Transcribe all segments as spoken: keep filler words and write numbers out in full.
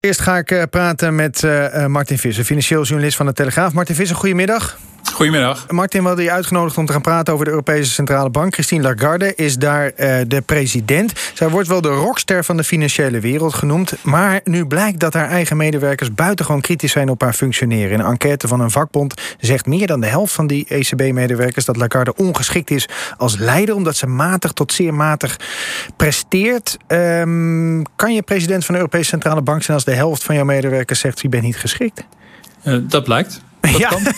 eerst ga ik uh, praten met uh, Martin Visser, financieel journalist van de Telegraaf. Martin Visser, goedemiddag. Goedemiddag. Martin, we hadden je uitgenodigd om te gaan praten over de Europese Centrale Bank. Christine Lagarde is daar uh, de president. Zij wordt wel de rockster van de financiële wereld genoemd. Maar nu blijkt dat haar eigen medewerkers buitengewoon kritisch zijn op haar functioneren. In een enquête van een vakbond zegt meer dan de helft van die E C B-medewerkers dat Lagarde ongeschikt is als leider, omdat ze matig tot zeer matig presteert. Um, kan je president van de Europese Centrale Bank zijn als de helft van jouw medewerkers zegt: je bent niet geschikt? Uh, dat blijkt. Dat ja. kan.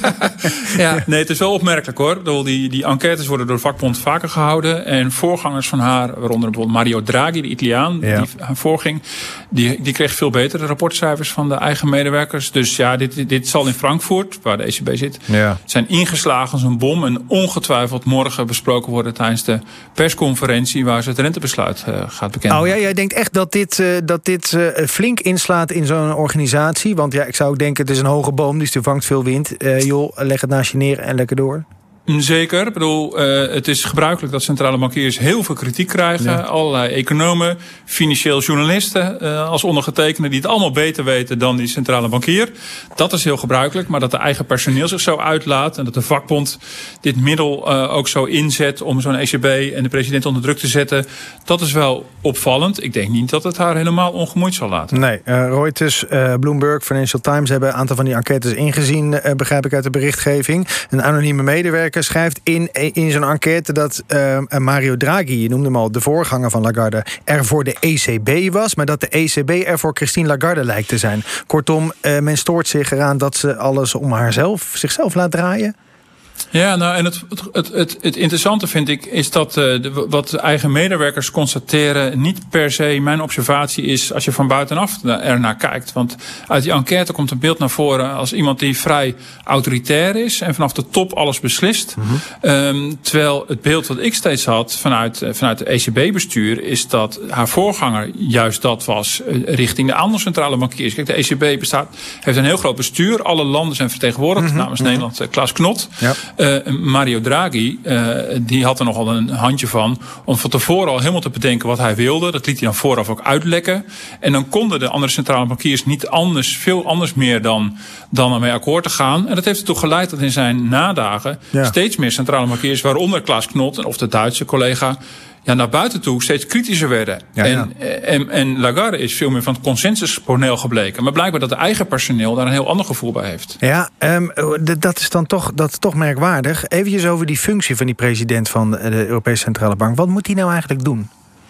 ja. Nee, het is wel opmerkelijk hoor. Die, die enquêtes worden door de vakbond vaker gehouden. En voorgangers van haar, waaronder bijvoorbeeld Mario Draghi, de Italiaan, ja. die haar voorging, die, die kreeg veel betere rapportcijfers van de eigen medewerkers. Dus ja, dit, dit zal in Frankfurt, waar de E C B zit, ja. zijn ingeslagen als een bom. En ongetwijfeld morgen besproken worden tijdens de persconferentie waar ze het rentebesluit uh, gaat bekenden. Oh ja, jij denkt echt dat dit, uh, dat dit uh, flink inslaat in zo'n organisatie? Want ja, ik zou ook denken, het is een hoge boom, dus er vangt veel wind. Uh, joh, leg het naast je neer en lekker door. Zeker. Ik bedoel, uh, het is gebruikelijk dat centrale bankiers heel veel kritiek krijgen. Ja. Allerlei economen, financieel journalisten uh, als ondergetekende die het allemaal beter weten dan die centrale bankier. Dat is heel gebruikelijk. Maar dat de eigen personeel zich zo uitlaat en dat de vakbond dit middel uh, ook zo inzet om zo'n E C B en de president onder druk te zetten, dat is wel opvallend. Ik denk niet dat het haar helemaal ongemoeid zal laten. Nee, uh, Reuters, uh, Bloomberg, Financial Times hebben een aantal van die enquêtes ingezien, uh, begrijp ik uit de berichtgeving. Een anonieme medewerker schrijft in, in zo'n enquête dat uh, Mario Draghi, je noemde hem al, de voorganger van Lagarde, er voor de E C B was, maar dat de E C B er voor Christine Lagarde lijkt te zijn. Kortom, uh, men stoort zich eraan dat ze alles om haarzelf, zichzelf laat draaien. Ja, nou en het, het, het, het interessante vind ik is dat uh, de, wat de eigen medewerkers constateren niet per se mijn observatie is als je van buitenaf ernaar kijkt. Want uit die enquête komt een beeld naar voren als iemand die vrij autoritair is en vanaf de top alles beslist. Mm-hmm. Um, terwijl het beeld wat ik steeds had vanuit, uh, vanuit de E C B-bestuur is dat haar voorganger juist dat was uh, richting de andere centrale bankiers. Kijk, de E C B bestaat, heeft een heel groot bestuur. Alle landen zijn vertegenwoordigd, mm-hmm. namens mm-hmm. Nederland uh, Klaas Knot. Ja. Uh, Mario Draghi, uh, die had er nogal een handje van om van tevoren al helemaal te bedenken wat hij wilde. Dat liet hij dan vooraf ook uitlekken. En dan konden de andere centrale bankiers niet anders, veel anders meer dan, dan ermee akkoord te gaan. En dat heeft ertoe geleid dat in zijn nadagen ja. steeds meer centrale bankiers, waaronder Klaas Knot of de Duitse collega, ja, naar buiten toe steeds kritischer werden. Ja, ja. En, en, en Lagarde is veel meer van het consensuspaneel gebleken. Maar blijkbaar dat de eigen personeel daar een heel ander gevoel bij heeft. Ja, um, dat is dan toch, dat is toch merkwaardig. Eventjes over die functie van die president van de Europese Centrale Bank. Wat moet hij nou eigenlijk doen?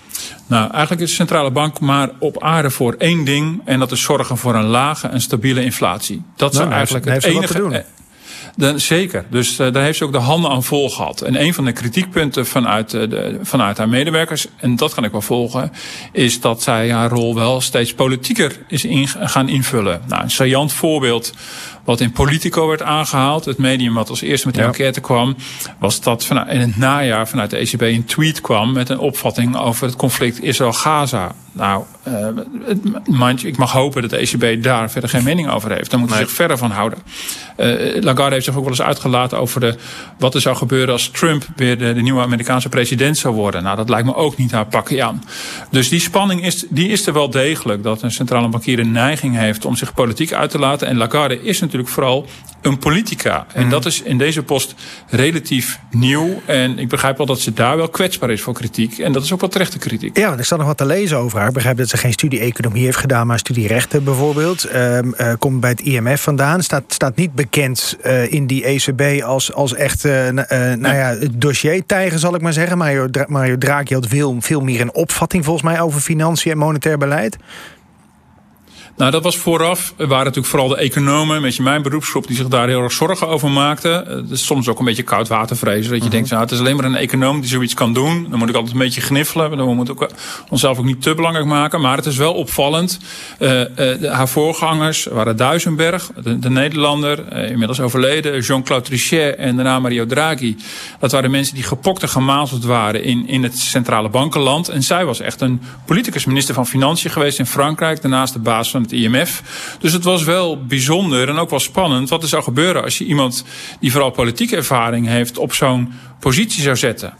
Nou, eigenlijk is de centrale bank maar op aarde voor één ding. En dat is zorgen voor een lage en stabiele inflatie. Dat nou, is eigenlijk heeft, het heeft enige. Wat te doen. Dan, zeker. Dus uh, daar heeft ze ook de handen aan vol gehad. En een van de kritiekpunten vanuit, uh, de, vanuit haar medewerkers, en dat kan ik wel volgen, is dat zij haar rol wel steeds politieker is in, gaan invullen. Nou, een saillant voorbeeld wat in Politico werd aangehaald, het medium wat als eerste met de ja. enquête kwam, was dat vanuit, in het najaar vanuit de E C B een tweet kwam met een opvatting over het conflict Israël-Gaza. Nou, uh, het, ik mag hopen dat de E C B daar verder geen mening over heeft. Daar moeten ze nee. zich verder van houden. Uh, Lagarde heeft zich ook wel eens uitgelaten over de, wat er zou gebeuren als Trump weer de, de nieuwe Amerikaanse president zou worden. Nou, dat lijkt me ook niet haar pakje aan. Dus die spanning is, die is er wel degelijk, dat een centrale bankier een neiging heeft om zich politiek uit te laten. En Lagarde is natuurlijk vooral een politica. En mm. dat is in deze post relatief nieuw. En ik begrijp wel dat ze daar wel kwetsbaar is voor kritiek. En dat is ook wel terechte kritiek. Ja, want er staat nog wat te lezen over haar. Ik begrijp dat ze geen studie economie heeft gedaan, maar studie rechten bijvoorbeeld. Uh, uh, komt bij het I M F vandaan. Staat, staat niet bekend uh, in die E C B als, als echt uh, uh, nou ja, het dossier-tijger, zal ik maar zeggen. Mario, Dra- Mario Draghi had veel, veel meer een opvatting volgens mij over financiën en monetair beleid. Nou, dat was vooraf. Er waren natuurlijk vooral de economen, een beetje mijn beroepsgroep, die zich daar heel erg zorgen over maakten. Het is soms ook een beetje koudwatervrezen. Dat je uh-huh. denkt, nou, het is alleen maar een econoom die zoiets kan doen. Dan moet ik altijd een beetje gniffelen. Dan moeten we onszelf ook niet te belangrijk maken. Maar het is wel opvallend. Uh, uh, de, haar voorgangers waren Duisenberg, de, de Nederlander, uh, inmiddels overleden, Jean-Claude Trichet en daarna Mario Draghi. Dat waren mensen die gepokt en gemazeld waren in, in het centrale bankenland. En zij was echt een politicus, minister van Financiën geweest in Frankrijk. Daarnaast de baas van het I M F. Dus het was wel bijzonder en ook wel spannend wat er zou gebeuren als je iemand die vooral politieke ervaring heeft op zo'n positie zou zetten.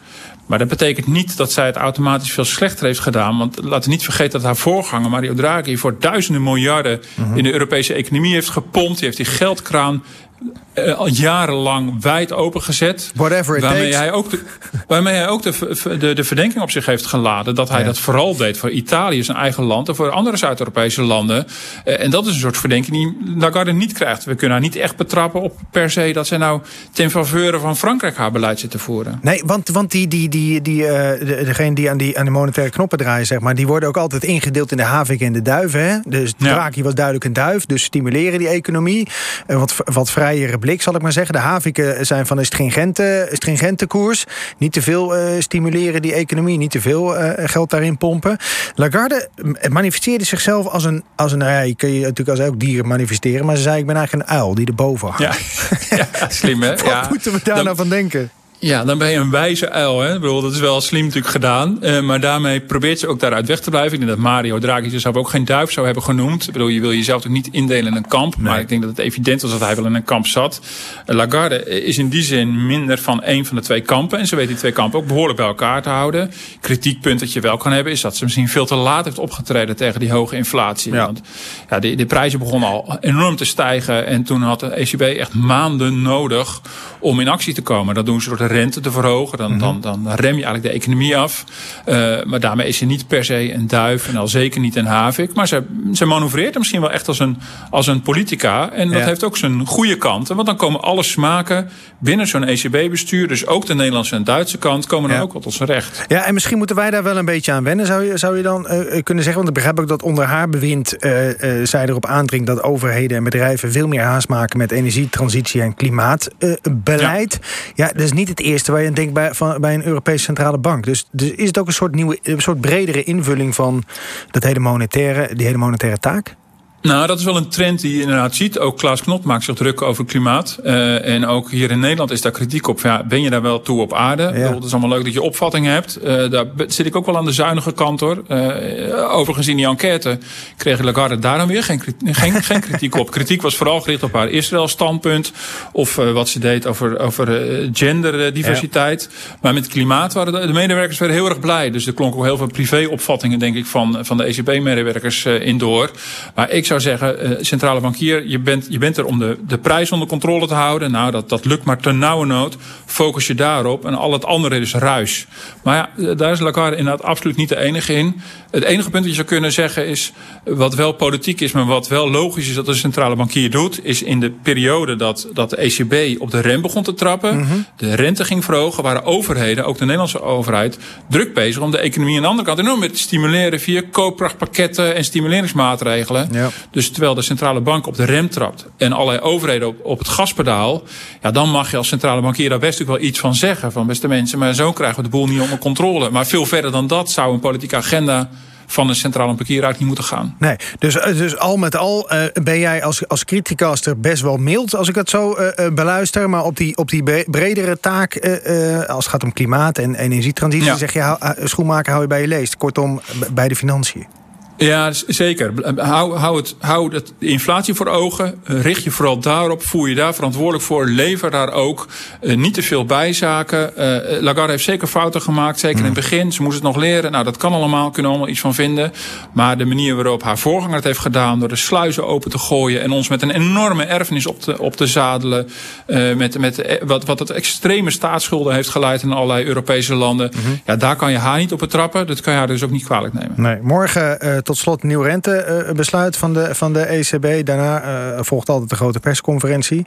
Maar dat betekent niet dat zij het automatisch veel slechter heeft gedaan. Want laten we niet vergeten dat haar voorganger Mario Draghi voor duizenden miljarden mm-hmm. in de Europese economie heeft gepompt. Die heeft die geldkraan Uh, al jarenlang wijd opengezet. Whatever it waarmee takes. Hij ook de, waarmee hij ook de, de, de verdenking op zich heeft geladen dat hij ja. dat vooral deed voor Italië, zijn eigen land, en voor andere Zuid-Europese landen. Uh, en dat is een soort verdenking die Lagarde niet krijgt. We kunnen haar niet echt betrappen op per se dat zij nou ten faveur van Frankrijk haar beleid zit te voeren. Nee, want, want die, die, die, die, uh, de, degene die aan, die aan de monetaire knoppen draaien, zeg maar, die worden ook altijd ingedeeld in de havik en de duif. Hè? Dus Draghi ja. was duidelijk een duif, dus stimuleren die economie. Uh, wat, wat vrijere blik, zal ik maar zeggen. De haviken zijn van een stringente, stringente koers. Niet te veel uh, stimuleren die economie, niet te veel uh, geld daarin pompen. Lagarde manifesteerde zichzelf als een, als een nou ja, je kun je natuurlijk als ook dieren manifesteren, maar ze zei, ik ben eigenlijk een uil die erboven hangt. Ja, ja slim hè? Wat ja. moeten we daar Dan... nou van denken? Ja, dan ben je een wijze uil. Hè? Ik bedoel, dat is wel slim natuurlijk gedaan. Uh, maar daarmee probeert ze ook daaruit weg te blijven. Ik denk dat Mario Draghi zichzelf ook geen duif zou hebben genoemd. Ik bedoel, je wil jezelf ook niet indelen in een kamp. Nee. Maar ik denk dat het evident was dat hij wel in een kamp zat. Uh, Lagarde is in die zin minder van één van de twee kampen. En ze weet die twee kampen ook behoorlijk bij elkaar te houden. Kritiekpunt dat je wel kan hebben is dat ze misschien veel te laat heeft opgetreden tegen die hoge inflatie. Ja. Want ja, de, de prijzen begonnen al enorm te stijgen. En toen had de E C B echt maanden nodig om in actie te komen. Dat doen ze door de rente te verhogen. Dan, dan, dan rem je eigenlijk de economie af. Uh, maar daarmee is ze niet per se een duif en al zeker niet een havik. Maar ze, ze manoeuvreert misschien wel echt als een, als een politica. En dat ja. heeft ook zijn goede kanten. Want dan komen alle smaken binnen zo'n E C B-bestuur. Dus ook de Nederlandse en Duitse kant komen dan ja. ook wel tot zijn recht. Ja, en misschien moeten wij daar wel een beetje aan wennen, zou je, zou je dan uh, kunnen zeggen. Want ik begrijp ook dat onder haar bewind uh, uh, zij erop aandringt dat overheden en bedrijven veel meer haast maken met energietransitie en klimaatbeleid. Uh, ja. ja, dat is niet het eerste waar je aan denkt bij, van, bij een Europese centrale bank. Dus, dus is het ook een soort nieuwe, een soort bredere invulling van dat hele monetaire, die hele monetaire taak? Nou, dat is wel een trend die je inderdaad ziet. Ook Klaas Knot maakt zich druk over klimaat. Uh, en ook hier in Nederland is daar kritiek op. Ja, ben je daar wel toe op aarde? Ja. Het is allemaal leuk dat je opvattingen hebt. Uh, daar zit ik ook wel aan de zuinige kant, hoor. Uh, overigens in die enquête kreeg Lagarde daar dan weer geen, geen, geen kritiek op. Kritiek was vooral gericht op haar Israël-standpunt. Of uh, wat ze deed over, over uh, genderdiversiteit. Ja. Maar met klimaat waren de, de medewerkers weer heel erg blij. Dus er klonken ook heel veel privéopvattingen, denk ik, van, van de E C B-medewerkers uh, in door. Maar ik zou zeggen, uh, centrale bankier, je bent, je bent er om de, de prijs onder controle te houden. Nou, dat, dat lukt maar ten nauwe nood. Focus je daarop en al het andere is ruis. Maar ja, daar is Lagarde inderdaad absoluut niet de enige in. Het enige punt dat je zou kunnen zeggen is, wat wel politiek is, maar wat wel logisch is dat de centrale bankier doet, is in de periode dat, dat de E C B op de rem begon te trappen, mm-hmm. de rente ging verhogen, waren overheden, ook de Nederlandse overheid, druk bezig om de economie aan de andere kant enorm te stimuleren via koopkrachtpakketten en stimuleringsmaatregelen. Ja. Dus terwijl de centrale bank op de rem trapt en allerlei overheden op, op het gaspedaal, ja, dan mag je als centrale bankier daar best ook wel iets van zeggen. Van beste mensen, maar zo krijgen we de boel niet onder controle. Maar veel verder dan dat zou een politieke agenda van een centrale bankier uit niet moeten gaan. Nee, dus, dus al met al uh, ben jij als, als criticaster best wel mild, als ik het zo uh, beluister. Maar op die, op die bredere taak, uh, uh, als het gaat om klimaat en energietransitie, ja. zeg je, hou, uh, schoenmaker hou je bij je leest. Kortom, bij de financiën. Ja, zeker. Hou, hou, het, hou het, de inflatie voor ogen. Richt je vooral daarop. Voer je daar verantwoordelijk voor. Lever daar ook uh, niet te veel bijzaken. Uh, Lagarde heeft zeker fouten gemaakt. Zeker mm. in het begin. Ze moest het nog leren. Nou, dat kan allemaal. Kunnen we allemaal iets van vinden. Maar de manier waarop haar voorganger het heeft gedaan, door de sluizen open te gooien en ons met een enorme erfenis op te, op te zadelen. Uh, met, met wat, wat het extreme staatsschulden heeft geleid in allerlei Europese landen. Mm-hmm. Ja, daar kan je haar niet op betrappen. Dat kan je haar dus ook niet kwalijk nemen. Nee, morgen uh, tot slot nieuw rentebesluit van de, van de E C B. Daarna uh, volgt altijd de grote persconferentie.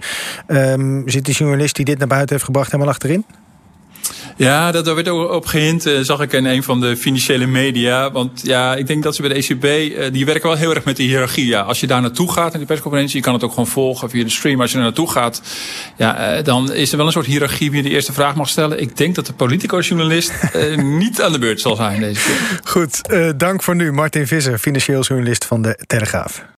Um, zit de journalist die dit naar buiten heeft gebracht helemaal achterin? Ja, dat, daar werd ook op gehint, uh, zag ik in een van de financiële media. Want ja, ik denk dat ze bij de E C B, uh, die werken wel heel erg met de hiërarchie. Ja, als je daar naartoe gaat in die persconferentie, je kan het ook gewoon volgen via de stream. Als je er naartoe gaat, ja, uh, dan is er wel een soort hiërarchie wie je de eerste vraag mag stellen. Ik denk dat de politico-journalist uh, niet aan de beurt zal zijn deze keer. Goed, uh, dank voor nu. Martin Visser, financieel journalist van de Telegraaf.